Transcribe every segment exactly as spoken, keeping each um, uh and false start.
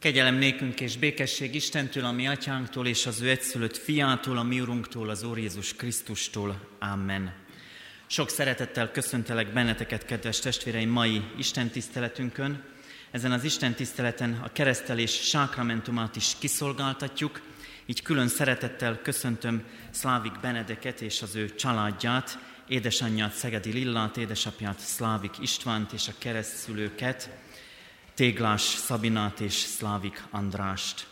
Kegyelem nékünk és békesség Istentől, a mi atyánktól, és az ő egyszülött fiától, a mi urunktól, az Úr Jézus Krisztustól. Amen. Sok szeretettel köszöntelek benneteket, kedves testvéreim, mai istentiszteletünkön. Ezen az istentiszteleten a keresztelés sákramentumát is kiszolgáltatjuk, így külön szeretettel köszöntöm Szlávik Benedeket és az ő családját, édesanyját Szegedi Lillát, édesapját Szlávik Istvánt és a keresztszülőket, Téglás Szabinát és Szlávik Andrást.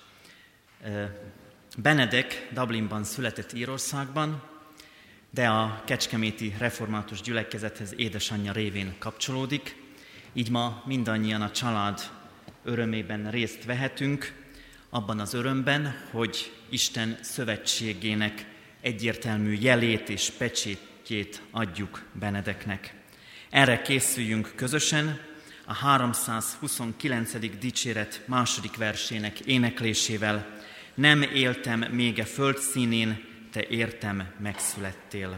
Benedek Dublinban született Írországban, de a kecskeméti református gyülekezethez édesanyja révén kapcsolódik, így ma mindannyian a család örömében részt vehetünk, abban az örömben, hogy Isten szövetségének egyértelmű jelét és pecsétjét adjuk Benedeknek. Erre készüljünk közösen a háromszázhuszonkilencedik dicséret második versének éneklésével. Nem éltem még a föld színén, te értem megszülettél.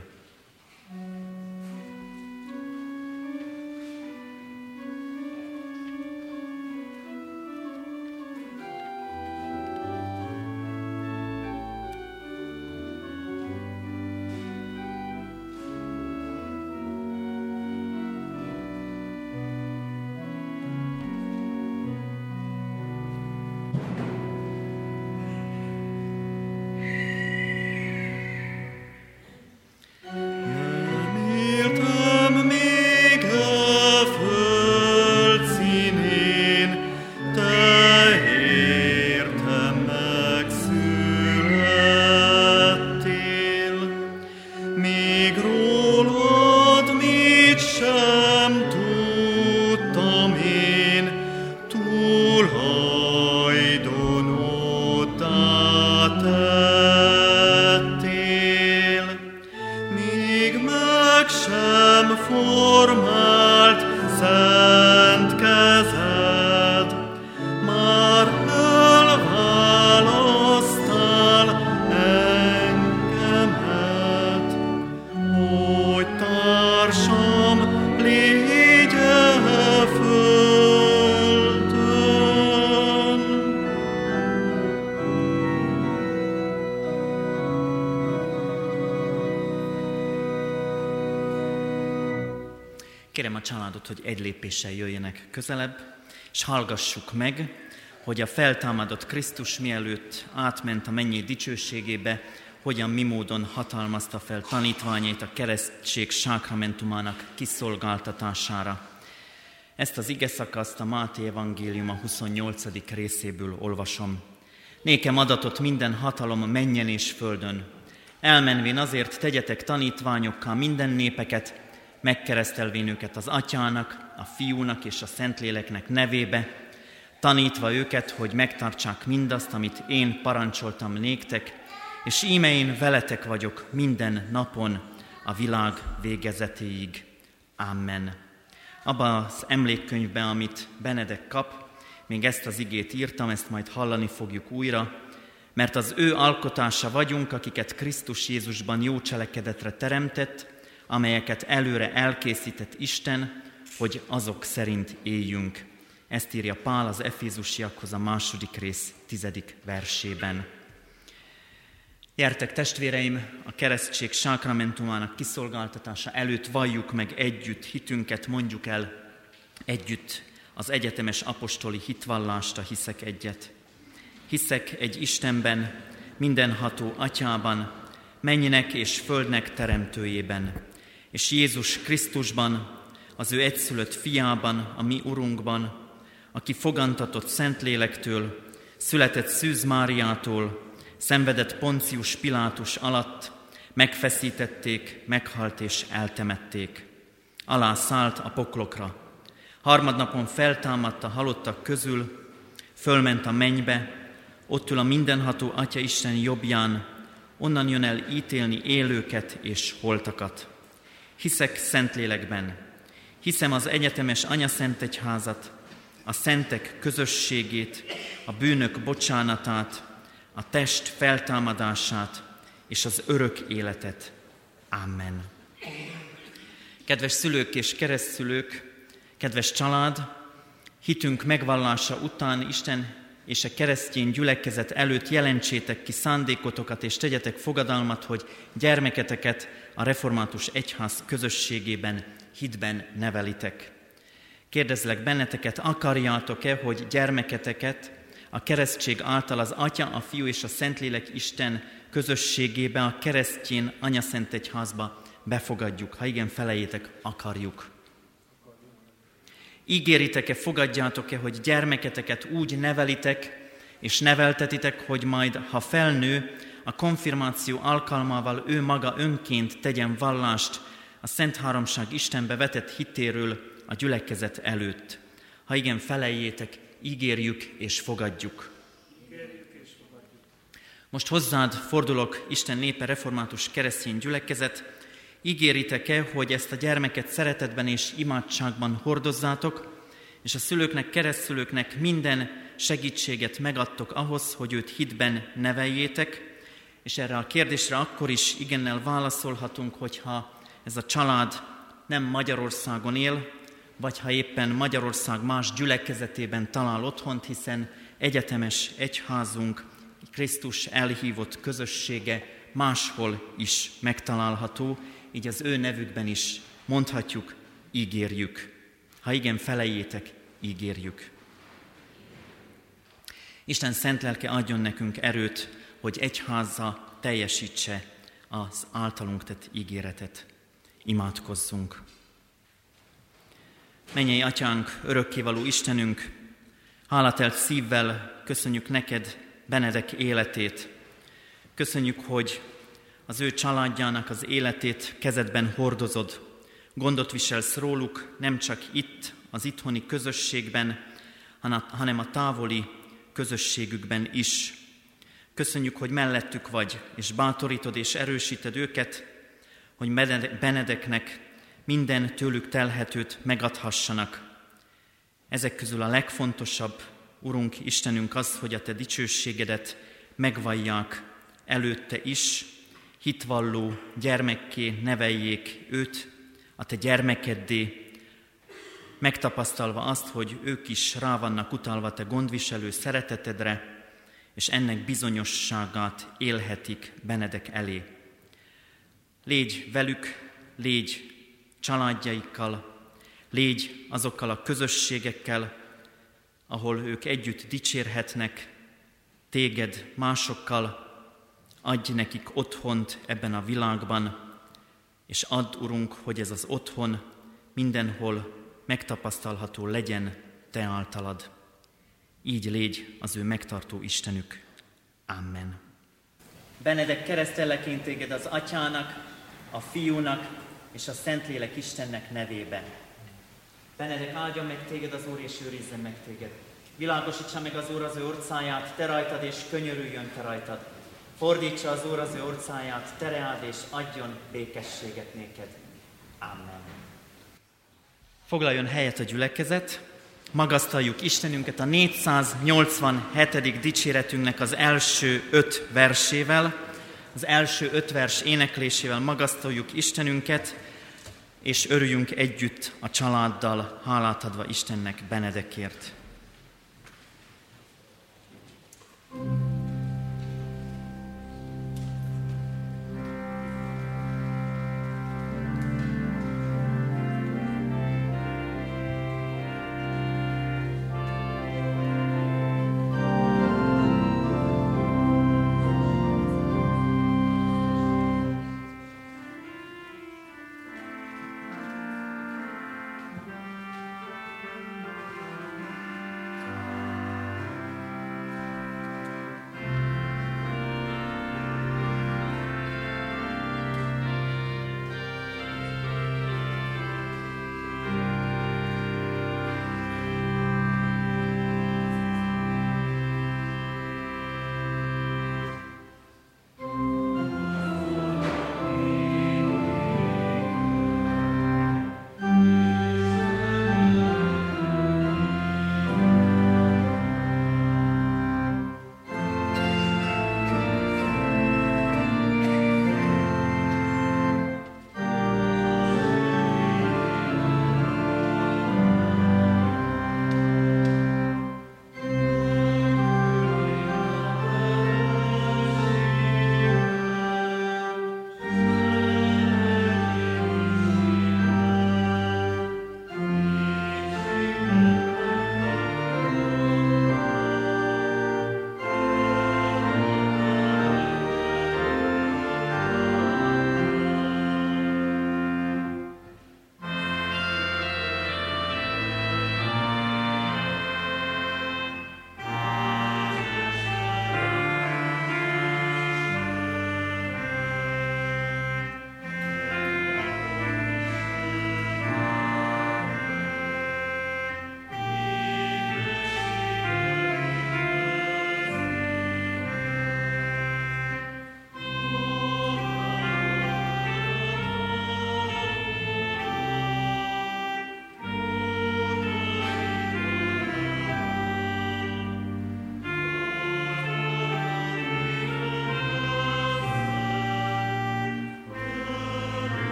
Kérem a családot, hogy egy lépéssel jöjjenek közelebb, és hallgassuk meg, hogy a feltámadott Krisztus mielőtt átment a mennyei dicsőségébe, hogyan mi módon hatalmazta fel tanítványait a keresztség sákramentumának kiszolgáltatására. Ezt az igeszakaszt a Máté evangélium a huszonnyolcadik részéből olvasom. Nékem adatott minden hatalom mennyen és földön. Elmenvén azért tegyetek tanítványokká minden népeket, megkeresztelvén őket az Atyának, a Fiúnak és a Szentléleknek nevébe, tanítva őket, hogy megtartsák mindazt, amit én parancsoltam néktek, és íme én veletek vagyok minden napon a világ végezetéig. Amen. Abban az emlékkönyvben, amit Benedek kap, még ezt az igét írtam, ezt majd hallani fogjuk újra, mert az ő alkotása vagyunk, akiket Krisztus Jézusban jó cselekedetre teremtett, amelyeket előre elkészített Isten, hogy azok szerint éljünk. Ezt írja Pál az Efézusiakhoz a második rész tizedik versében. Gyertek testvéreim, a keresztség sákramentumának kiszolgáltatása előtt valljuk meg együtt hitünket, mondjuk el együtt az egyetemes apostoli hitvallást, a hiszek egyet. Hiszek egy Istenben, mindenható Atyában, mennynek és földnek teremtőjében, és Jézus Krisztusban, az ő egyszülött fiában, a mi Urunkban, aki fogantatott Szentlélektől, született Szűz Máriától, szenvedett Poncius Pilátus alatt, megfeszítették, meghalt és eltemették. Alá szállt a poklokra. Harmadnapon feltámadt a halottak közül, fölment a mennybe, ott ül a mindenható Atya Isten jobbján, onnan jön el ítélni élőket és holtakat. Hiszek Szentlélekben, hiszem az egyetemes anyaszentegyházat, a szentek közösségét, a bűnök bocsánatát, a test feltámadását és az örök életet. Amen. Kedves szülők és keresztszülők, kedves család, hitünk megvallása után Isten és a keresztény gyülekezet előtt jelentsétek ki szándékotokat, és tegyetek fogadalmat, hogy gyermeketeket a református egyház közösségében, hitben nevelitek. Kérdezlek benneteket, akarjátok-e, hogy gyermeketeket a keresztség által az Atya, a Fiú és a Szentlélek Isten közösségébe, a keresztjén Anyaszent Egyházba befogadjuk? Ha igen, felejétek, akarjuk. Ígéritek-e, fogadjátok-e, hogy gyermeketeket úgy nevelitek és neveltetitek, hogy majd, ha felnő, a konfirmáció alkalmával ő maga önként tegyen vallást a Szent Háromság Istenbe vetett hitéről a gyülekezet előtt? Ha igen, felejétek, ígérjük és fogadjuk. Ígérjük és fogadjuk. Most hozzád fordulok, Isten népe, református keresztény gyülekezet. Ígéritek-e, hogy ezt a gyermeket szeretetben és imádságban hordozzátok, és a szülőknek, keresztszülőknek minden segítséget megadtok ahhoz, hogy őt hitben neveljétek, és erre a kérdésre akkor is igennel válaszolhatunk, hogyha ez a család nem Magyarországon él, vagy ha éppen Magyarország más gyülekezetében talál otthont, hiszen egyetemes egyházunk, Krisztus elhívott közössége máshol is megtalálható, így az ő nevükben is mondhatjuk, ígérjük. Ha igen, felejétek, ígérjük. Isten szent lelke adjon nekünk erőt, hogy egyházza teljesítse az általunk tett ígéretet. Imádkozzunk. Mennyei Atyánk, örökkévaló Istenünk, hálátelt szívvel köszönjük neked Benedek életét. Köszönjük, hogy az ő családjának az életét kezedben hordozod. Gondot viselsz róluk, nem csak itt, az itthoni közösségben, hanem a távoli közösségükben is. Köszönjük, hogy mellettük vagy, és bátorítod és erősíted őket, hogy Benedeknek minden tőlük telhetőt megadhassanak. Ezek közül a legfontosabb, Urunk, Istenünk, az, hogy a Te dicsőségedet megvallják előtte is, hitvalló gyermekké neveljék őt, a Te gyermekeddé, megtapasztalva azt, hogy ők is rá vannak utalva Te gondviselő szeretetedre, és ennek bizonyosságát élhetik Benedek elé. Légy velük, légy családjaikkal, légy azokkal a közösségekkel, ahol ők együtt dicsérhetnek Téged másokkal, adj nekik otthont ebben a világban, és add, Urunk, hogy ez az otthon mindenhol megtapasztalható legyen Te általad. Így légy az ő megtartó Istenük. Amen. Benedek keresztelleként téged az Atyának, a Fiúnak és a Szentlélek Istennek nevében. Benedek áldjon meg téged az Úr, és őrizzen meg téged. Világosítsa meg az Úr az ő orcáját, te rajtad, és könyörüljön te rajtad. Fordítsa az Úr az ő orcáját, te reád, és adjon békességet néked. Amen. Foglaljon helyet a gyülekezet, magasztaljuk Istenünket a négyszáznyolcvanhetedik dicséretünknek az első öt versével, az első öt vers éneklésével magasztaljuk Istenünket, és örüljünk együtt a családdal, hálát adva Istennek Benedekért.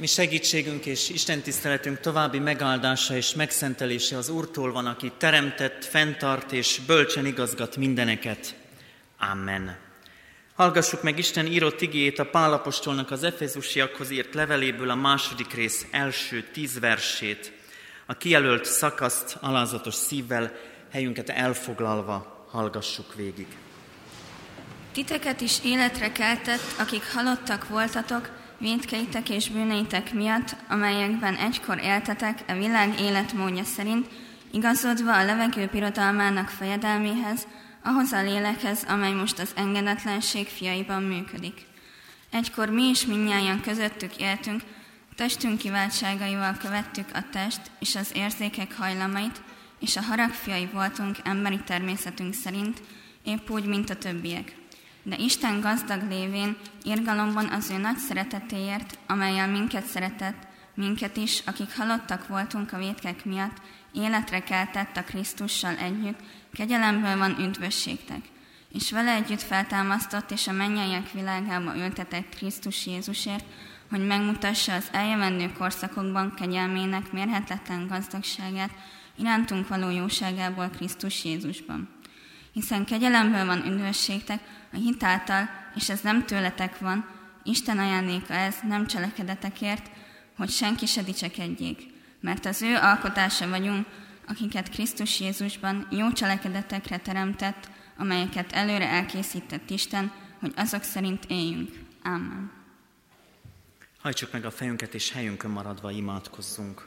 Mi segítségünk és istentiszteletünk további megáldása és megszentelése az Úrtól van, aki teremtett, fenntart és bölcsen igazgat mindeneket. Amen. Hallgassuk meg Isten írott igéjét a Pál apostolnak az efezusiakhoz írt leveléből, a második rész első tíz versét. A kijelölt szakaszt alázatos szívvel, helyünket elfoglalva hallgassuk végig. Titeket is életre keltett, akik halottak voltatok, vétkeitek és bűneitek miatt, amelyekben egykor éltetek e világ életmódja szerint, igazodva a levegő birodalmának fejedelméhez, ahhoz a lélekhez, amely most az engedetlenség fiaiban működik. Egykor mi is mindnyájan közöttük éltünk, testünk kiváltságaival követtük a test és az érzékek hajlamait, és a harag fiai voltunk emberi természetünk szerint, épp úgy, mint a többiek. De Isten gazdag lévén, irgalomban az ő nagy szeretetéért, amellyel minket szeretett, minket is, akik halottak voltunk a vétkek miatt, életre keltett a Krisztussal együtt, kegyelemből van üdvösségtek, és vele együtt feltámasztott és a mennyeiek világába ültetett Krisztus Jézusért, hogy megmutassa az eljövendő korszakokban kegyelmének mérhetetlen gazdagságát, irántunk való jóságából Krisztus Jézusban. Hiszen kegyelemből van üdvösségtek a hit által, és ez nem tőletek van, Isten ajándéka ez, nem cselekedetekért, hogy senki se dicsekedjék, mert az ő alkotása vagyunk, akiket Krisztus Jézusban jó cselekedetekre teremtett, amelyeket előre elkészített Isten, hogy azok szerint éljünk. Amen. Hajtsuk meg a fejünket, és helyünkön maradva imádkozzunk.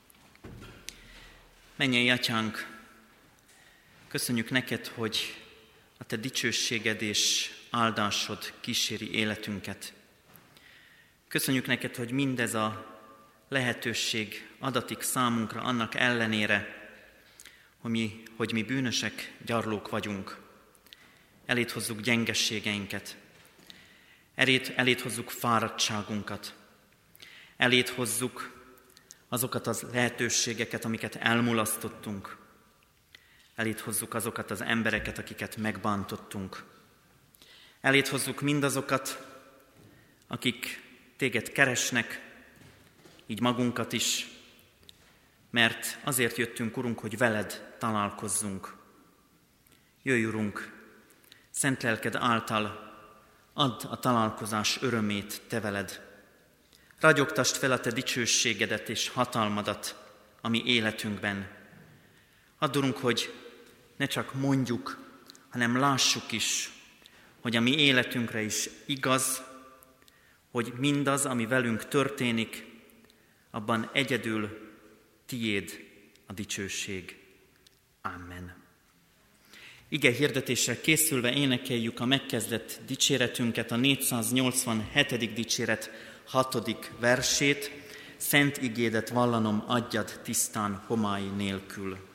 Mennyei Atyánk, köszönjük neked, hogy a te dicsőséged és áldásod kíséri életünket. Köszönjük neked, hogy mindez a lehetőség adatik számunkra annak ellenére, hogy mi, hogy mi bűnösek, gyarlók vagyunk. Eléd hozzuk gyengességeinket, eléd, eléd hozzuk fáradtságunkat, eléd hozzuk azokat az lehetőségeket, amiket elmulasztottunk, eléd hozzuk azokat az embereket, akiket megbántottunk, eléd hozzuk mindazokat, akik téged keresnek, így magunkat is, mert azért jöttünk, Urunk, hogy veled találkozzunk. Jöjj, Urunk, szent lelked által add a találkozás örömét te veled. Ragyogtasd fel a te dicsőségedet és hatalmadat a mi életünkben. Add, Urunk, hogy ne csak mondjuk, hanem lássuk is, hogy a mi életünkre is igaz, hogy mindaz, ami velünk történik, abban egyedül tiéd a dicsőség. Amen. Ige hirdetésre készülve énekeljük a megkezdett dicséretünket, a négyszáznyolcvanhetedik dicséret hatodik versét. Szent igédet vallanom, adjad tisztán homály nélkül.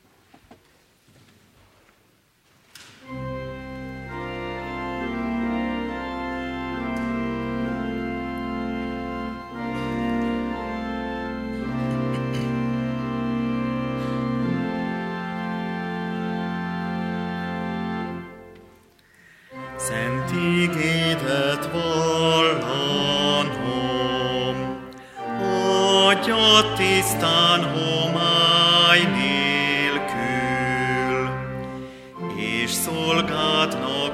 Szent igédet vallanom, adjad tisztán homály nélkül, és szolgádnak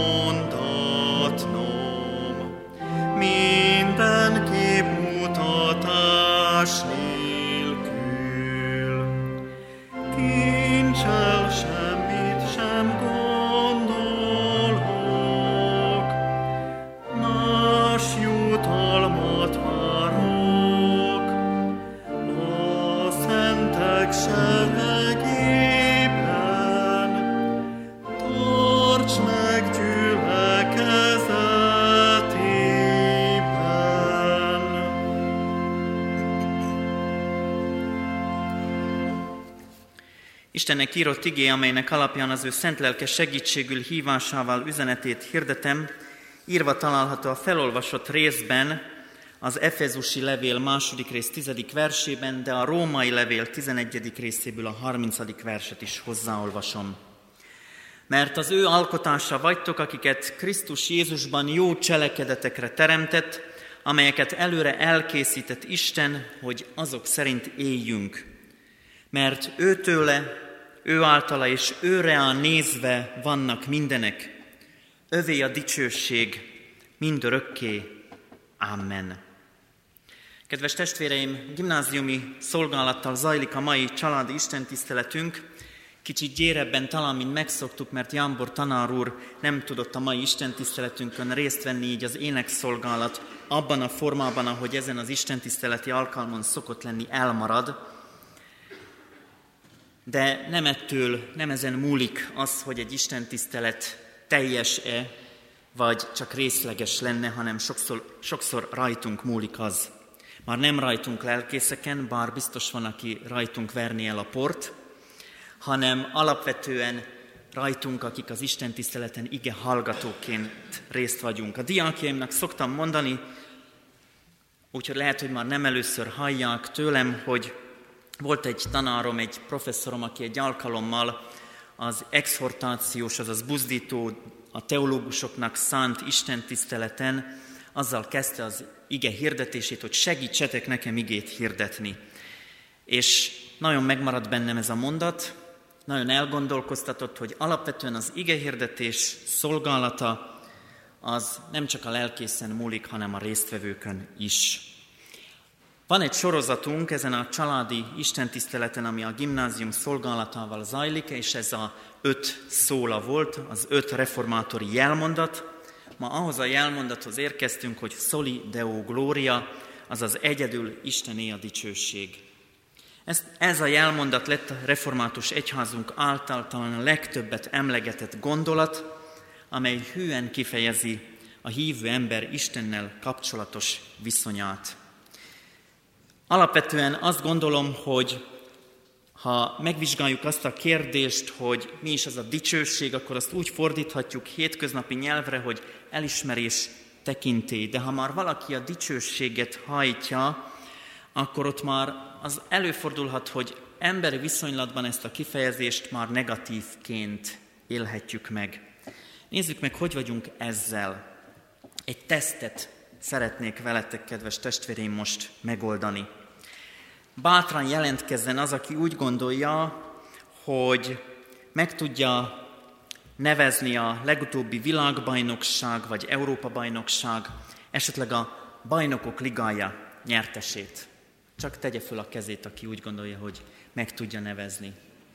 mondatnom minden képmutatás nélkül. Kincsel semmit sem gondolok, más jutalmat várok, a szentek seregében, tarts meg gyülekezetében. Istennek írott igé, amelynek alapján az ő szent lelke segítségül hívásával üzenetét hirdetem, írva található a felolvasott részben, az Efezusi levél második rész tizedik versében, de a római levél tizenegyedik részéből a harmincadik verset is hozzáolvasom. Mert az ő alkotása vagytok, akiket Krisztus Jézusban jó cselekedetekre teremtett, amelyeket előre elkészített Isten, hogy azok szerint éljünk. Mert őtőle, ő általa és őre nézve vannak mindenek. Övé a dicsőség mindörökké. Amen. Kedves testvéreim, gimnáziumi szolgálattal zajlik a mai családi istentiszteletünk. Kicsit gyérebben talán, mint megszoktuk, mert Jámbor tanár úr nem tudott a mai istentiszteletünkön részt venni, így az énekszolgálat abban a formában, ahogy ezen az istentiszteleti alkalmon szokott lenni, elmarad. De nem ettől, nem ezen múlik az, hogy egy istentisztelet teljes-e, vagy csak részleges lenne, hanem sokszor, sokszor rajtunk múlik az. Már nem rajtunk lelkészeken, bár biztos van, aki rajtunk verni el a port, hanem alapvetően rajtunk, akik az istentiszteleten ige hallgatóként részt vagyunk. A diákjaimnak szoktam mondani, úgyhogy lehet, hogy már nem először hallják tőlem, hogy volt egy tanárom, egy professzorom, aki egy alkalommal az exhortációs, azaz buzdító, a teológusoknak szánt istentiszteleten azzal kezdte az ige hirdetését, hogy segítsetek nekem igét hirdetni. És nagyon megmaradt bennem ez a mondat, nagyon elgondolkoztatott, hogy alapvetően az igehirdetés szolgálata az nem csak a lelkészen múlik, hanem a résztvevőkön is. Van egy sorozatunk ezen a családi istentiszteleten, ami a gimnázium szolgálatával zajlik, és ez a öt szóla volt, az öt reformátori jelmondat. Ma ahhoz a jelmondathoz érkeztünk, hogy Soli Deo Gloria, azaz egyedül Istené a dicsőség. Ez, ez a jelmondat lett a református egyházunk által talán a legtöbbet emlegetett gondolat, amely hűen kifejezi a hívő ember Istennel kapcsolatos viszonyát. Alapvetően azt gondolom, hogy ha megvizsgáljuk azt a kérdést, hogy mi is az a dicsőség, akkor azt úgy fordíthatjuk hétköznapi nyelvre, hogy elismerés, tekintély. De ha már valaki a dicsőséget hajtja, akkor ott már az előfordulhat, hogy emberi viszonylatban ezt a kifejezést már negatívként élhetjük meg. Nézzük meg, hogy vagyunk ezzel. Egy tesztet szeretnék veletek, kedves testvéreim, most megoldani. Bátran jelentkezzen az, aki úgy gondolja, hogy meg tudja nevezni a legutóbbi világbajnokság vagy Európa-bajnokság, esetleg a bajnokok ligája nyertesét. Csak tegye föl a kezét, aki úgy gondolja, hogy meg tudja nevezni.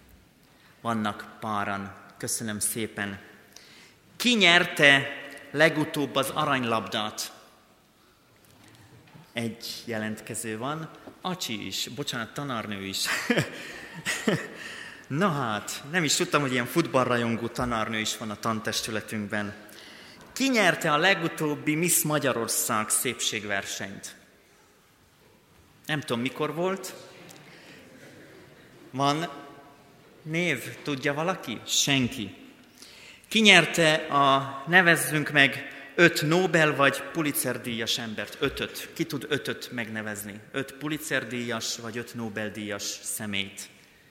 Vannak páran. Köszönöm szépen. Ki nyerte legutóbb az aranylabdát? Egy jelentkező van. Acsi is. Bocsánat, tanárnő is. Na hát, nem is tudtam, hogy ilyen futballrajongó tanárnő is van a tantestületünkben. Ki nyerte a legutóbbi Miss Magyarország szépségversenyt? Nem tudom, mikor volt. Van név, tudja valaki? Senki. Ki nyerte a, nevezzünk meg, öt Nobel vagy Pulitzer-díjas embert? Ötöt. Ki tud ötöt megnevezni? Öt Pulitzer-díjas vagy öt Nobel-díjas személyt?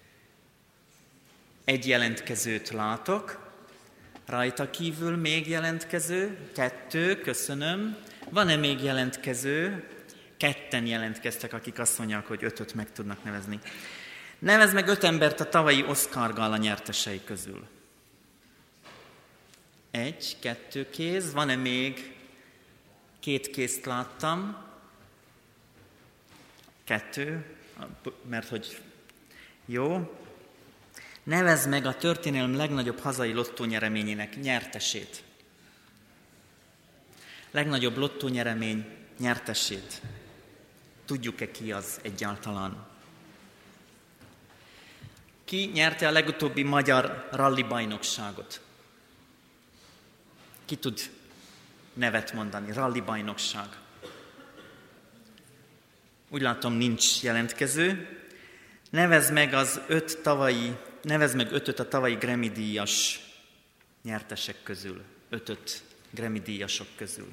Egy jelentkezőt látok. Rajta kívül még jelentkező? Kettő, köszönöm. Van-e még jelentkező? Ketten jelentkeztek, akik azt mondják, hogy ötöt meg tudnak nevezni. Nevezd meg öt embert a tavalyi Oscar-gála nyertesei közül. Egy, kettő kéz. Van-e még? Két kézt láttam. Kettő, mert hogy jó. Nevezd meg a történelem legnagyobb hazai lottónyereményének nyertesét. Legnagyobb lottónyeremény nyertesét. Tudjuk-e ki az egyáltalán? Ki nyerte a legutóbbi magyar ralli bajnokságot? Ki tud nevet mondani? Ralli bajnokság. Úgy látom, nincs jelentkező. Nevezd meg az öt tavalyi, nevezd meg ötöt a tavalyi Grammy-díjas nyertesek közül. Ötöt Grammy-díjasok közül.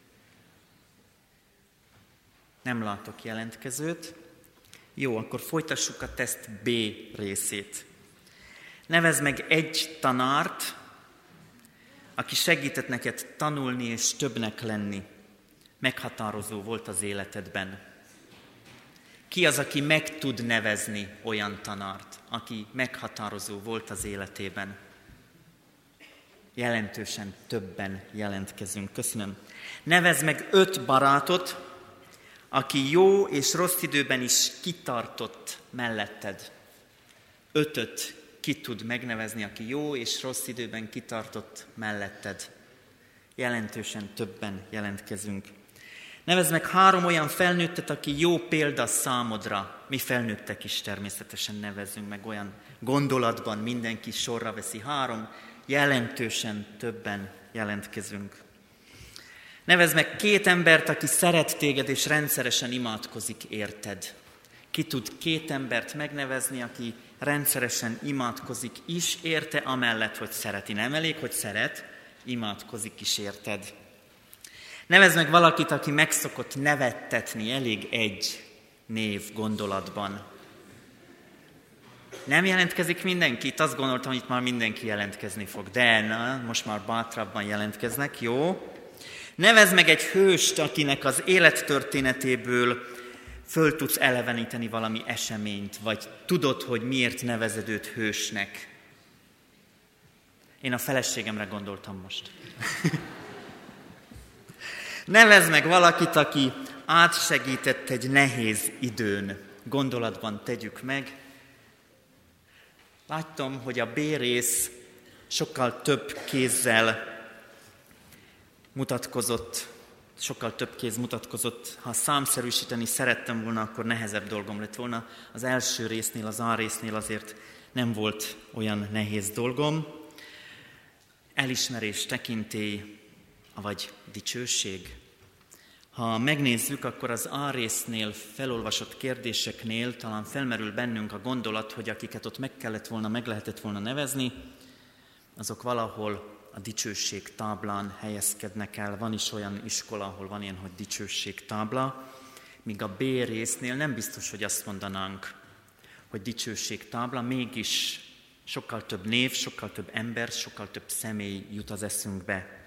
Nem látok jelentkezőt. Jó, akkor folytassuk a teszt B részét. Nevezd meg egy tanárt, aki segített neked tanulni és többnek lenni. meghatározó volt az életedben? Ki az, aki meg tud nevezni olyan tanárt, aki meghatározó volt az életében? Jelentősen többen jelentkezünk. Köszönöm. Nevezd meg öt barátot, aki jó és rossz időben is kitartott melletted. Ötöt ki tud megnevezni, aki jó és rossz időben kitartott melletted. Jelentősen többen jelentkezünk. Nevezd meg három olyan felnőttet, aki jó példa számodra. Mi felnőttek is természetesen nevezzünk meg olyan gondolatban, mindenki sorra veszi. Három, jelentősen többen jelentkezünk. Nevezd meg két embert, aki szeret téged és rendszeresen imádkozik érted. Ki tud két embert megnevezni, aki rendszeresen imádkozik is érte, amellett, hogy szereti. Nem elég, hogy szeret, imádkozik is érted. Nevezd meg valakit, aki megszokott nevettetni, elég egy név gondolatban. Nem jelentkezik mindenki? Itt azt gondoltam, hogy itt már mindenki jelentkezni fog. De na, most már bátrabban jelentkeznek, jó? Nevezd meg egy hőst, akinek az élettörténetéből föl tudsz eleveníteni valami eseményt, vagy tudod, hogy miért nevezed őt hősnek. Én a feleségemre gondoltam most. Nevezd meg valakit, aki átsegített egy nehéz időn. Gondolatban tegyük meg. Láttam, hogy a B rész sokkal több kézzel mutatkozott, sokkal több kéz mutatkozott. Ha számszerűsíteni szerettem volna, akkor nehezebb dolgom lett volna. Az első résznél, az A résznél azért nem volt olyan nehéz dolgom. Elismerés, tekintély, vagy dicsőség. Ha megnézzük, akkor az A résznél felolvasott kérdéseknél talán felmerül bennünk a gondolat, hogy akiket ott meg kellett volna, meg lehetett volna nevezni, azok valahol a dicsőség táblán helyezkednek el. Van is olyan iskola, ahol van ilyen, hogy dicsőség tábla, míg a B résznél nem biztos, hogy azt mondanánk, hogy dicsőség tábla, mégis sokkal több név, sokkal több ember, sokkal több személy jut az eszünkbe.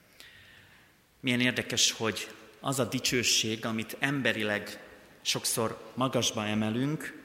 Milyen érdekes, hogy az a dicsőség, amit emberileg sokszor magasba emelünk,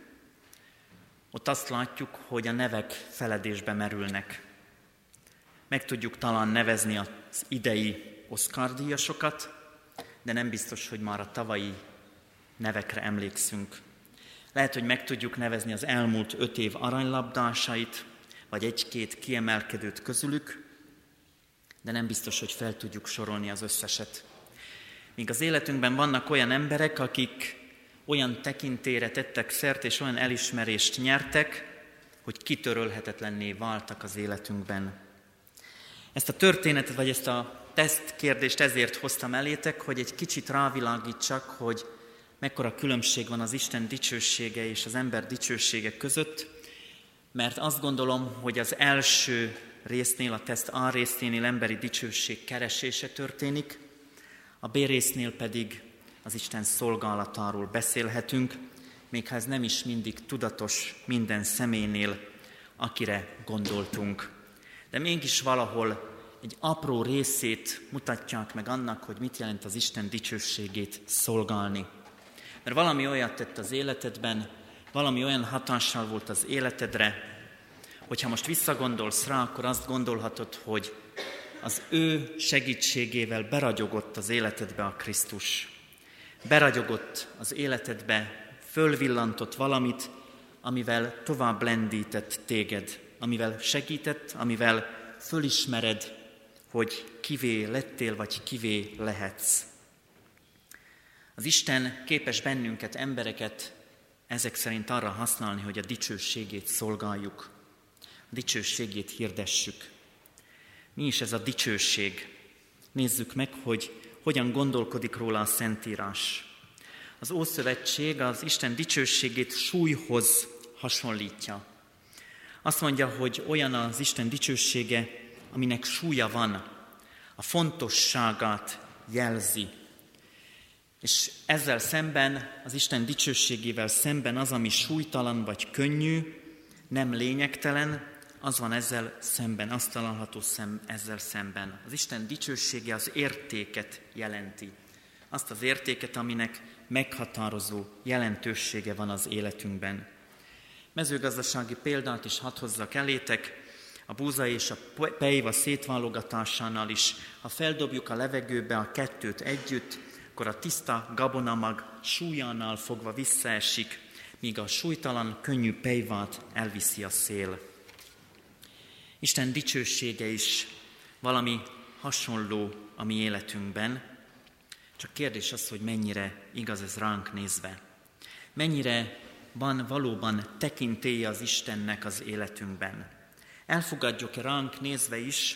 ott azt látjuk, hogy a nevek feledésbe merülnek. Meg tudjuk talán nevezni az idei Oscar-díjasokat, de nem biztos, hogy már a tavalyi nevekre emlékszünk. Lehet, hogy meg tudjuk nevezni az elmúlt öt év aranylabdásait, vagy egy-két kiemelkedőt közülük, de nem biztos, hogy fel tudjuk sorolni az összeset. Míg az életünkben vannak olyan emberek, akik olyan tekintélyre tettek szert, és olyan elismerést nyertek, hogy kitörölhetetlenné váltak az életünkben. Ezt a történetet, vagy ezt a teszt kérdést ezért hoztam elétek, hogy egy kicsit rávilágítsak, hogy mekkora különbség van az Isten dicsősége és az ember dicsősége között, mert azt gondolom, hogy az első résznél, a teszt A részénél emberi dicsőség keresése történik, a B résznél pedig az Isten szolgálatáról beszélhetünk, még ha ez nem is mindig tudatos minden személynél, akire gondoltunk. De mégis valahol egy apró részét mutatják meg annak, hogy mit jelent az Isten dicsőségét szolgálni. Mert valami olyat tett az életedben, valami olyan hatással volt az életedre, hogyha most visszagondolsz rá, akkor azt gondolhatod, hogy az ő segítségével beragyogott az életedbe a Krisztus. Beragyogott az életedbe, fölvillantott valamit, amivel tovább lendített téged, amivel segített, amivel fölismered, hogy kivé lettél, vagy kivé lehetsz. Az Isten képes bennünket, embereket ezek szerint arra használni, hogy a dicsőségét szolgáljuk, a dicsőségét hirdessük. Mi is ez a dicsőség? Nézzük meg, hogy hogyan gondolkodik róla a Szentírás. Az Ószövetség az Isten dicsőségét súlyhoz hasonlítja. Azt mondja, hogy olyan az Isten dicsősége, aminek súlya van, a fontosságát jelzi. És ezzel szemben, az Isten dicsőségével szemben az, ami súlytalan vagy könnyű, nem lényegtelen, az van ezzel szemben, azt található szem, ezzel szemben. Az Isten dicsősége az értéket jelenti. azt az értéket, aminek meghatározó jelentősége van az életünkben. Mezőgazdasági példát is hadd hozzak elétek, a búza és a pejva szétválogatásánál is, ha feldobjuk a levegőbe a kettőt együtt, akkor a tiszta gabonamag súlyánál fogva visszaesik, míg a súlytalan, könnyű pejvát elviszi a szél. Isten dicsősége is valami hasonló a mi életünkben, csak kérdés az, hogy mennyire igaz ez ránk nézve. Mennyire van valóban tekintélye az Istennek az életünkben. Elfogadjuk-e ránk nézve is,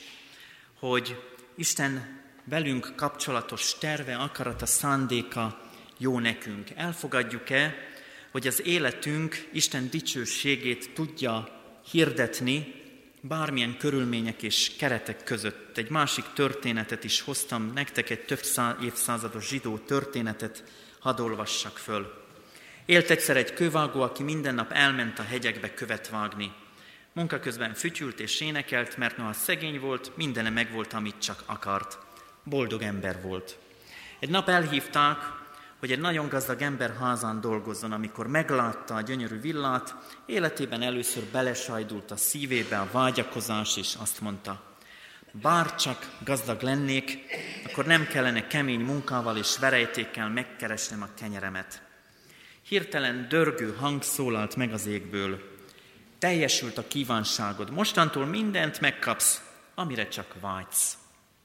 hogy Isten velünk kapcsolatos terve, akarata, szándéka jó nekünk? Elfogadjuk-e, hogy az életünk Isten dicsőségét tudja hirdetni bármilyen körülmények és keretek között? Egy másik történetet is hoztam nektek, egy több évszázados zsidó történetet, hadd olvassak föl. Élt egyszer egy kővágó, aki minden nap elment a hegyekbe követ vágni. Munka közben fütyült és énekelt, mert noha szegény volt, mindene megvolt, amit csak akart. Boldog ember volt. Egy nap elhívták, hogy egy nagyon gazdag ember házán dolgozzon. Amikor meglátta a gyönyörű villát, életében először belesajdult a szívébe a vágyakozás, és azt mondta: bár csak gazdag lennék, akkor nem kellene kemény munkával és verejtékkel megkeresnem a kenyeremet. Hirtelen dörgő hang szólalt meg az égből: teljesült a kívánságod, mostantól mindent megkapsz, amire csak vágysz.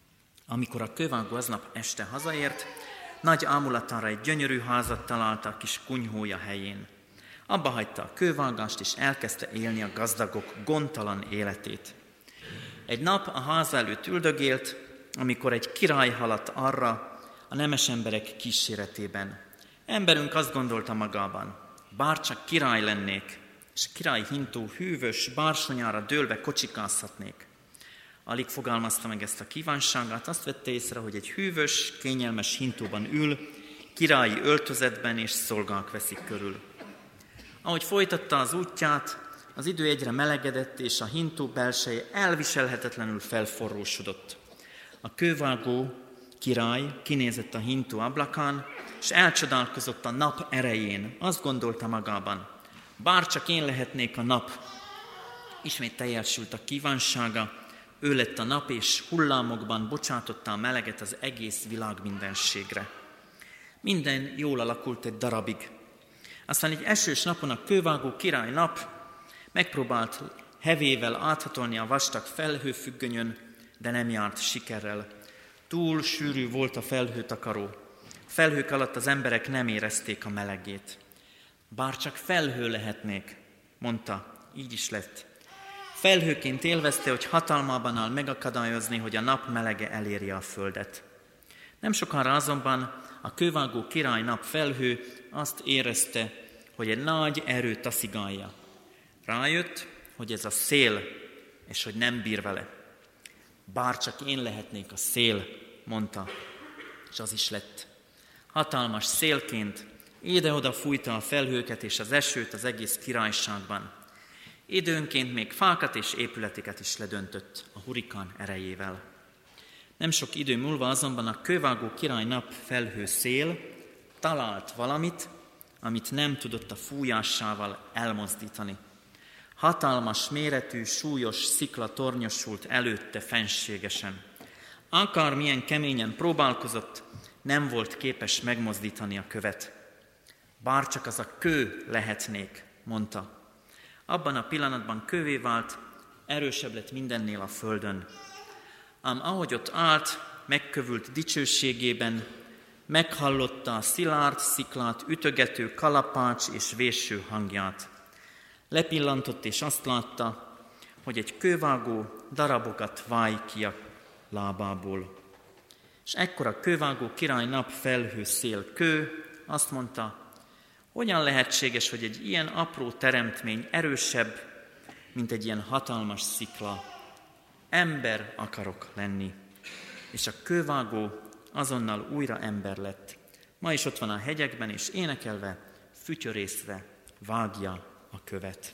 Amikor a kővágó aznap este hazaért, nagy ámulatára egy gyönyörű házat találta a kis kunyhója helyén. Abba hagyta a kővágást, és elkezdte élni a gazdagok gondtalan életét. Egy nap a ház előtt üldögélt, amikor egy király haladt arra a nemes emberek kíséretében. Emberünk azt gondolta magában: bár csak király lennék, és király hintó hűvös bársonyára dőlve kocsikázhatnék. Alig fogalmazta meg ezt a kívánságát, azt vette észre, hogy egy hűvös, kényelmes hintóban ül, királyi öltözetben, és szolgák veszik körül. Ahogy folytatta az útját, az idő egyre melegedett, és a hintó belseje elviselhetetlenül felforrósodott. A kővágó király kinézett a hintó ablakán, és elcsodálkozott a nap erején. Azt gondolta magában: bár csak én lehetnék a nap. Ismét teljesült a kívánsága, ő lett a nap, és hullámokban bocsátotta a meleget az egész világ mindenségre. Minden jól alakult egy darabig. Aztán egy esős napon a kővágó király nap megpróbált hevével áthatolni a vastag felhőfüggönyön, de nem járt sikerrel. Túl sűrű volt a felhőtakaró. A felhők alatt az emberek nem érezték a melegét. Bár csak felhő lehetnék, mondta, így is lett. Felhőként élvezte, hogy hatalmában áll megakadályozni, hogy a nap melege elérje a földet. Nem sokára azonban a kővágó király nap felhő azt érezte, hogy egy nagy erő taszigálja. Rájött, hogy ez a szél, és hogy nem bír vele. Bár csak én lehetnék a szél, mondta, és az is lett. Hatalmas szélként ide-oda fújta a felhőket és az esőt az egész királyságban. Időnként még fákat és épületeket is ledöntött a hurikán erejével. Nem sok idő múlva azonban a kővágó király nap felhő szél talált valamit, amit nem tudott a fújásával elmozdítani. Hatalmas méretű, súlyos szikla tornyosult előtte fenségesen. Akármilyen keményen próbálkozott, nem volt képes megmozdítani a követ. Bár csak az a kő lehetnék, mondta. Abban a pillanatban kővé vált, erősebb lett mindennél a földön. Ám ahogy ott állt, megkövült dicsőségében, meghallotta a szilárd sziklát ütögető kalapács és vésső hangját. Lepillantott, és azt látta, hogy egy kővágó darabokat váj ki a lábából. És ekkor a kővágó király nap felhő szél kő azt mondta: hogyan lehetséges, hogy egy ilyen apró teremtmény erősebb, mint egy ilyen hatalmas szikla? Ember akarok lenni. És a kővágó azonnal újra ember lett. Ma is ott van a hegyekben, és énekelve, fütyörészve vágja a követ.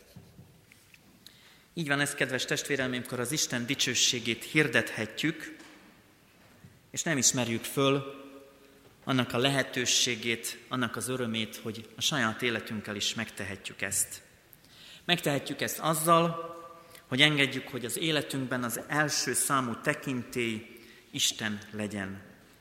Így van ez, kedves testvérem, amikor az Isten dicsőségét hirdethetjük, és nem ismerjük föl annak a lehetőségét, annak az örömét, hogy a saját életünkkel is megtehetjük ezt. Megtehetjük ezt azzal, hogy engedjük, hogy az életünkben az első számú tekintély Isten legyen.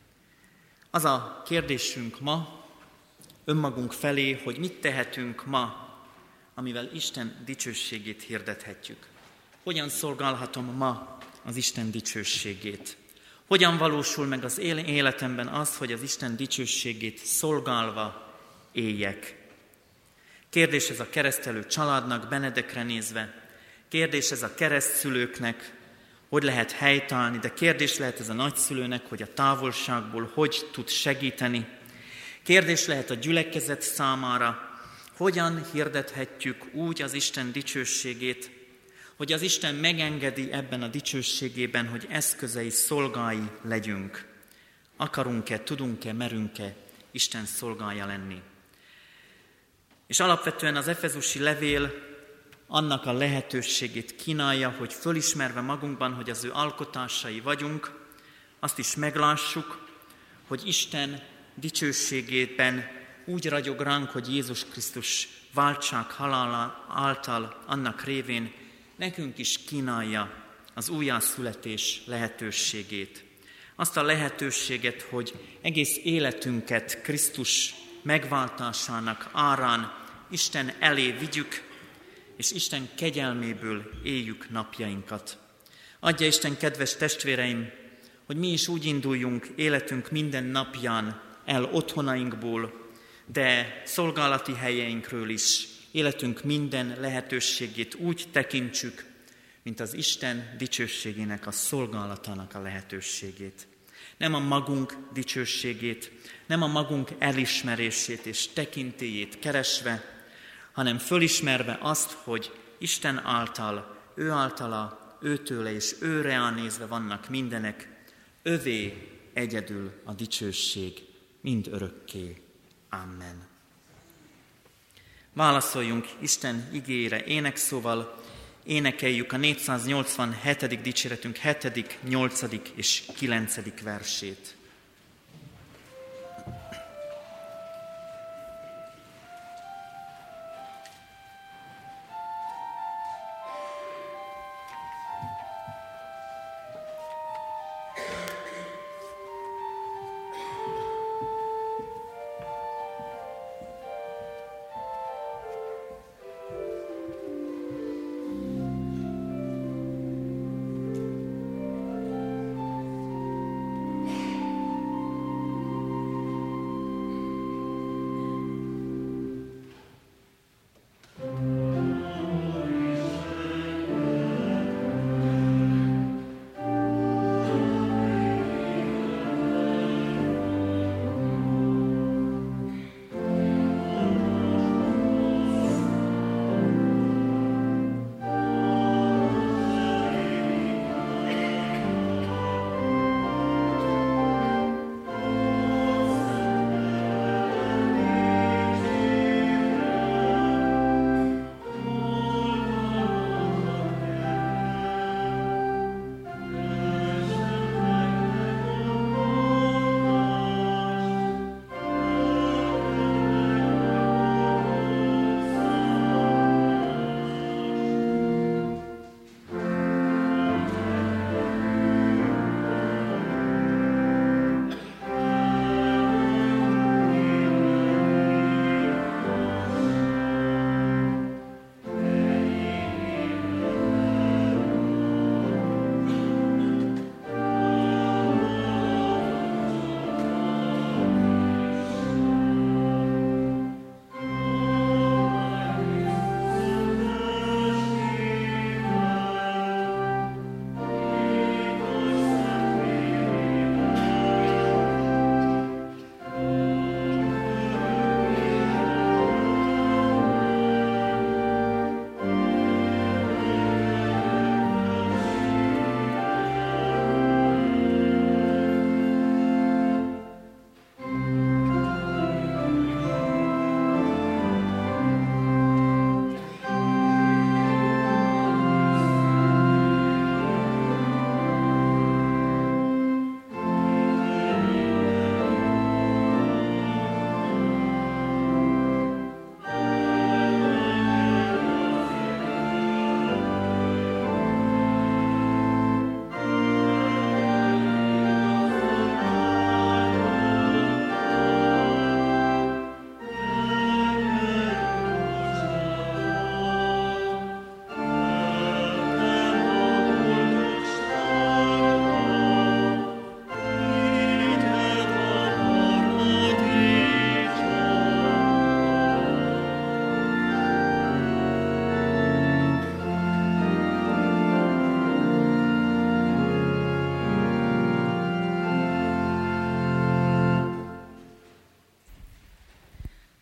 Az a kérdésünk ma önmagunk felé, hogy mit tehetünk ma, amivel Isten dicsőségét hirdethetjük. Hogyan szolgálhatom ma az Isten dicsőségét? Hogyan valósul meg az életemben az, hogy az Isten dicsőségét szolgálva éljek? Kérdés ez a keresztelő családnak, Benedekre nézve. Kérdés ez a keresztszülőknek, hogy lehet helytállni, de kérdés lehet ez a nagyszülőnek, hogy a távolságból hogy tud segíteni. Kérdés lehet a gyülekezet számára, hogyan hirdethetjük úgy az Isten dicsőségét, hogy az Isten megengedi ebben a dicsőségében, hogy eszközei, szolgái legyünk. Akarunk-e, tudunk-e, merünk-e Isten szolgája lenni? És alapvetően az efezusi levél annak a lehetőségét kínálja, hogy fölismerve magunkban, hogy az ő alkotásai vagyunk, azt is meglássuk, hogy Isten dicsőségében úgy ragyog ránk, hogy Jézus Krisztus váltság halála által, annak révén nekünk is kínálja az újjászületés lehetőségét. Azt a lehetőséget, hogy egész életünket Krisztus megváltásának árán Isten elé vigyük, és Isten kegyelméből éljük napjainkat. Adja Isten, kedves testvéreim, hogy mi is úgy induljunk életünk minden napján el otthonainkból, de szolgálati helyeinkről is életünk minden lehetőségét úgy tekintsük, mint az Isten dicsőségének, a szolgálatának a lehetőségét. Nem a magunk dicsőségét, nem a magunk elismerését és tekintélyét keresve, hanem fölismerve azt, hogy Isten által, ő általa, őtőle és őre nézve vannak mindenek, övé egyedül a dicsőség, mind örökké. Amen. Válaszoljunk Isten igére énekszóval, énekeljük a négyszáznyolcvanhetedik dicséretünk hetedik, nyolcadik és kilencedik versét.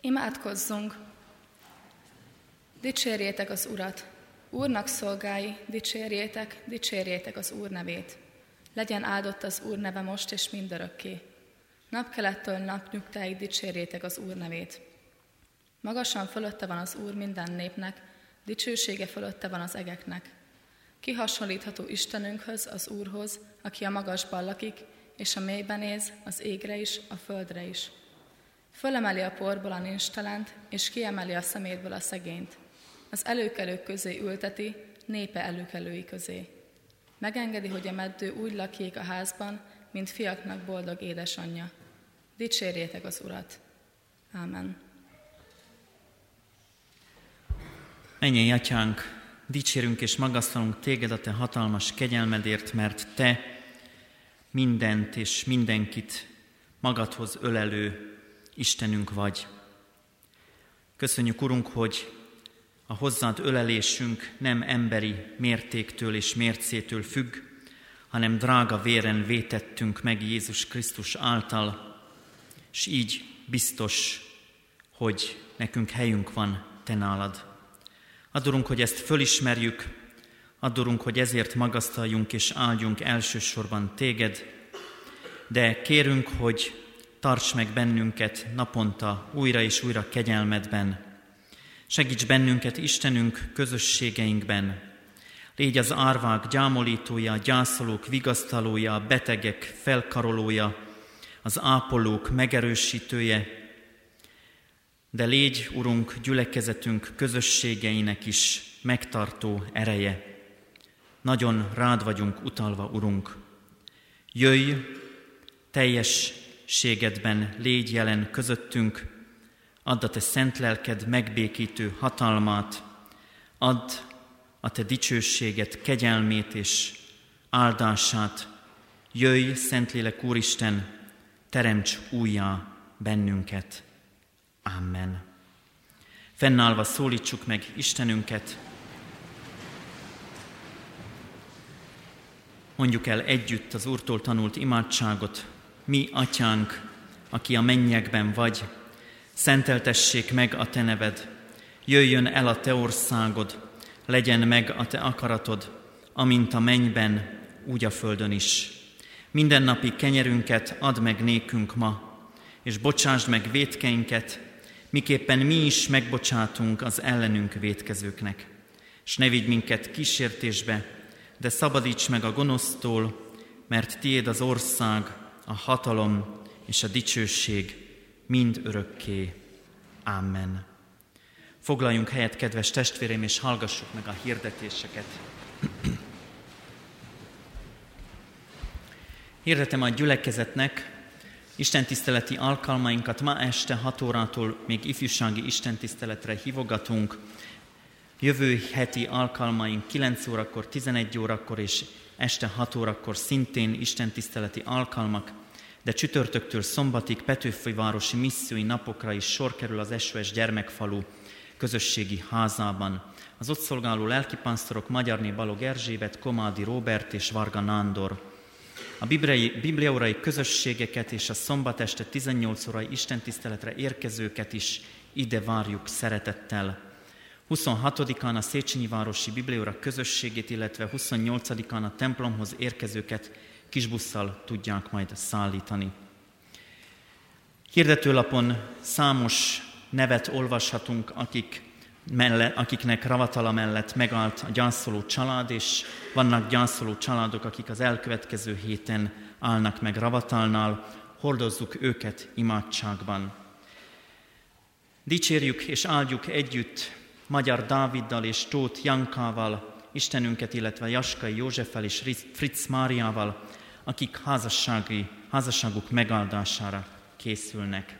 Imádkozzunk! Dicsérjétek az Urat! Úrnak szolgái, dicsérjétek, dicsérjétek az Úr nevét. Legyen áldott az Úr neve most és mindörökké. Napkelettől napnyugtáig dicsérjétek az Úr nevét. Magasan fölötte van az Úr minden népnek, dicsősége fölötte van az egeknek. Ki hasonlítható Istenünkhöz, az Úrhoz, aki a magasban lakik, és a mélyben néz, az égre is, a földre is. Fölemeli a porból a nincstelent, és kiemeli a szemétből a szegényt. Az előkelők közé ülteti, népe előkelői közé. Megengedi, hogy a meddő úgy lakjék a házban, mint fiaknak boldog édesanyja. Dicsérjétek az Urat! Ámen. Mennyei Atyánk, dicsérünk és magasztalunk Téged a Te hatalmas kegyelmedért, mert Te mindent és mindenkit magadhoz ölelő Istenünk vagy. Köszönjük, Urunk, hogy a hozzád ölelésünk nem emberi mértéktől és mércétől függ, hanem drága véren vétettünk meg Jézus Krisztus által, és így biztos, hogy nekünk helyünk van Te nálad. Add, Urunk, hogy ezt fölismerjük, add, Urunk, hogy ezért magasztaljunk és áldjunk elsősorban Téged, de kérünk, hogy tarts meg bennünket naponta újra és újra kegyelmedben. Segíts bennünket, Istenünk, közösségeinkben. Légy az árvák gyámolítója, gyászolók vigasztalója, a betegek felkarolója, az ápolók megerősítője, de légy, Urunk, gyülekezetünk közösségeinek is megtartó ereje. Nagyon rád vagyunk utalva, Urunk. Jöjj, teljességedben légy jelen közöttünk, add a Te szent lelked megbékítő hatalmát, add a Te dicsőséget, kegyelmét és áldását. Jöjj, Szentlélek Úristen, teremts újjá bennünket. Amen. Fennállva szólítsuk meg Istenünket, mondjuk el együtt az Úrtól tanult imádságot. Mi, Atyánk, aki a mennyekben vagy, szenteltessék meg a Te neved, jöjjön el a Te országod, legyen meg a Te akaratod, amint a mennyben, úgy a földön is. Mindennapi kenyerünket add meg nékünk ma, és bocsásd meg vétkeinket, miképpen mi is megbocsátunk az ellenünk vétkezőknek. S ne vigy minket kísértésbe, de szabadíts meg a gonosztól, mert Tiéd az ország, a hatalom és a dicsőség mind örökké. Amen. Foglaljunk helyet, kedves testvéreim, és hallgassuk meg a hirdetéseket. Hirdetem a gyülekezetnek, istentiszteleti alkalmainkat ma este hat órától még ifjúsági istentiszteletre hívogatunk. Jövő heti alkalmaink kilenc órakor, tizenegy órakor és este hat órakor szintén istentiszteleti alkalmak, de csütörtöktől szombatig Petőfivárosi missziói napokra is sor kerül az es o es Gyermekfalu közösségi házában. Az ott szolgáló lelkipásztorok Magyarné Balog Erzsébet, Komádi Róbert és Varga Nándor. A bibliaórai közösségeket és a szombat este tizennyolc órai istentiszteletre érkezőket is ide várjuk szeretettel. huszonhatodikán a Széchenyivárosi Bibliaóra közösségét, illetve huszonnyolcadikán a templomhoz érkezőket kisbusszal tudják majd szállítani. Hirdetőlapon számos nevet olvashatunk, akik mellett, akiknek ravatala mellett megállt a gyászoló család, és vannak gyászoló családok, akik az elkövetkező héten állnak meg ravatalnál, hordozzuk őket imádságban. Dicsérjük és áldjuk együtt Magyar Dáviddal és Tóth Jankával, Istenünket, illetve Jaskai Józseffel és Fritz Máriával, akik házassági, házasságuk megáldására készülnek.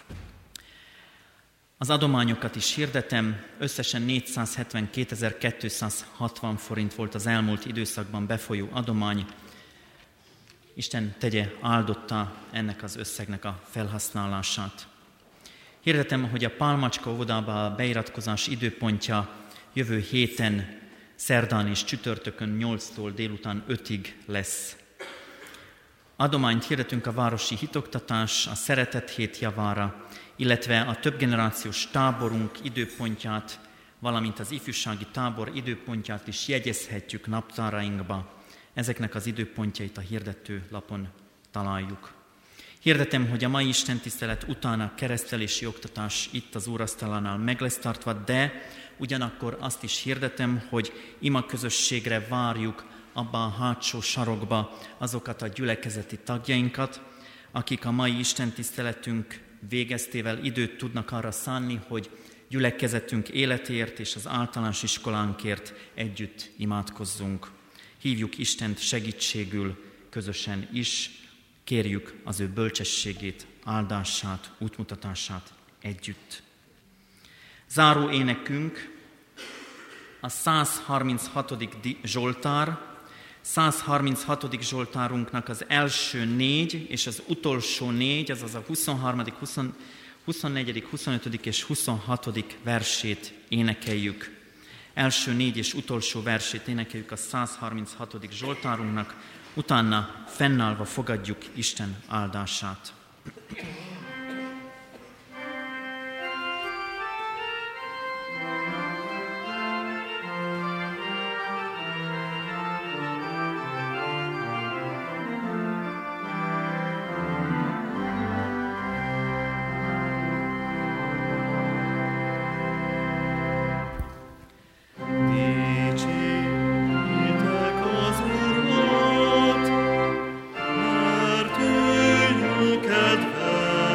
Az adományokat is hirdetem, összesen négyszázhetvenkétezer-kétszázhatvan forint volt az elmúlt időszakban befolyó adomány. Isten tegye áldottá ennek az összegnek a felhasználását. Hirdetem, hogy a Pálmacska óvodába a beiratkozás időpontja jövő héten, szerdán és csütörtökön nyolctól délután ötig lesz. Adományt hirdetünk a városi hitoktatás, a szeretet hét javára, illetve a többgenerációs táborunk időpontját, valamint az ifjúsági tábor időpontját is jegyezhetjük naptárainkba. Ezeknek az időpontjait a hirdető lapon találjuk. Hirdetem, hogy a mai istentisztelet után a keresztelési oktatás itt az úrasztalánál meg lesz tartva, de ugyanakkor azt is hirdetem, hogy ima közösségre várjuk abba a hátsó sarokba azokat a gyülekezeti tagjainkat, akik a mai istentiszteletünk végeztével időt tudnak arra szánni, hogy gyülekezetünk életéért és az általános iskolánkért együtt imádkozzunk. Hívjuk Istent segítségül közösen is, kérjük az ő bölcsességét, áldását, útmutatását együtt. Záró énekünk a száz harminchatodik Zsoltár, száz harminchatodik Zsoltárunknak az első négy és az utolsó négy, azaz a huszonharmadik, huszonnegyedik, huszonötödik és huszonhatodik versét énekeljük. Első négy és utolsó versét énekeljük a száz harminchatodik Zsoltárunknak, utána fennállva fogadjuk Isten áldását. Mert ő jó kedves.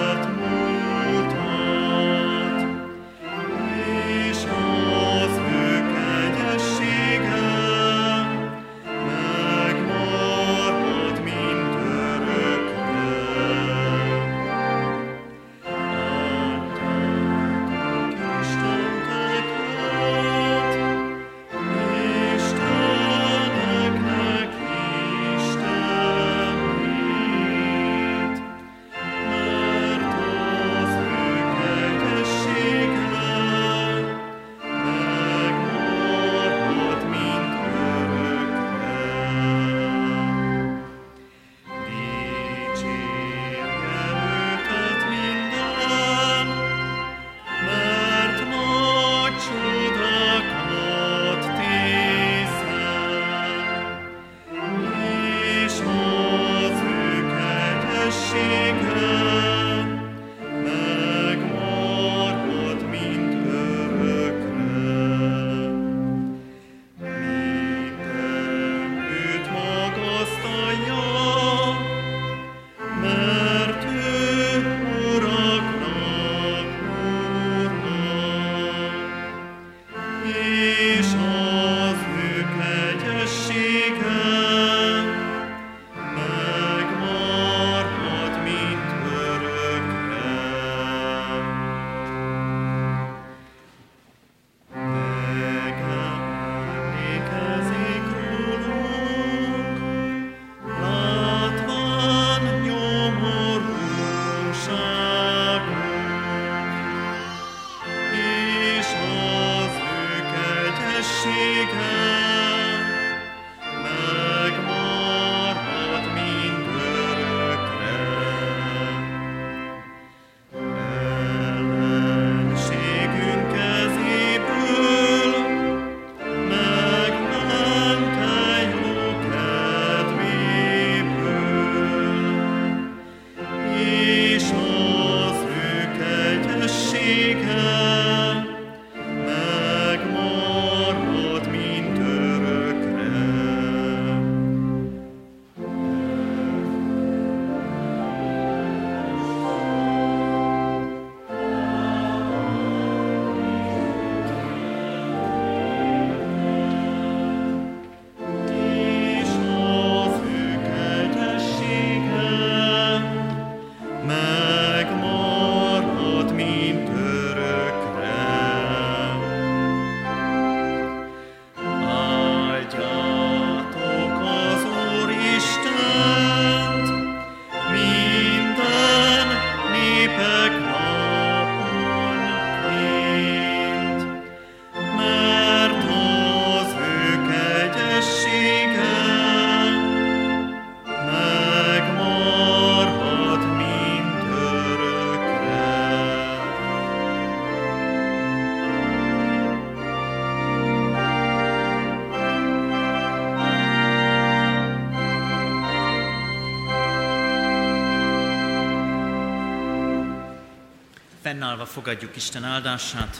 Fennállva fogadjuk Isten áldását.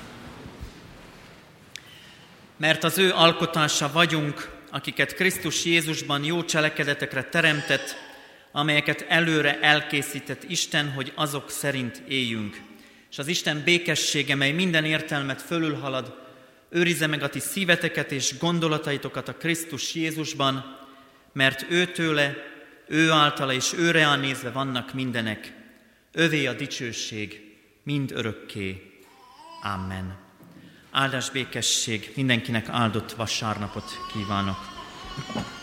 Mert az ő alkotása vagyunk, akiket Krisztus Jézusban jó cselekedetekre teremtett, amelyeket előre elkészített Isten, hogy azok szerint éljünk. És az Isten békessége, mely minden értelmet fölülhalad, őrizze meg a ti szíveteket és gondolataitokat a Krisztus Jézusban, mert őtőle, ő általa és őre nézve vannak mindenek. Övé a dicsőség mind örökké. Amen. Áldás, békesség, mindenkinek áldott vasárnapot kívánok.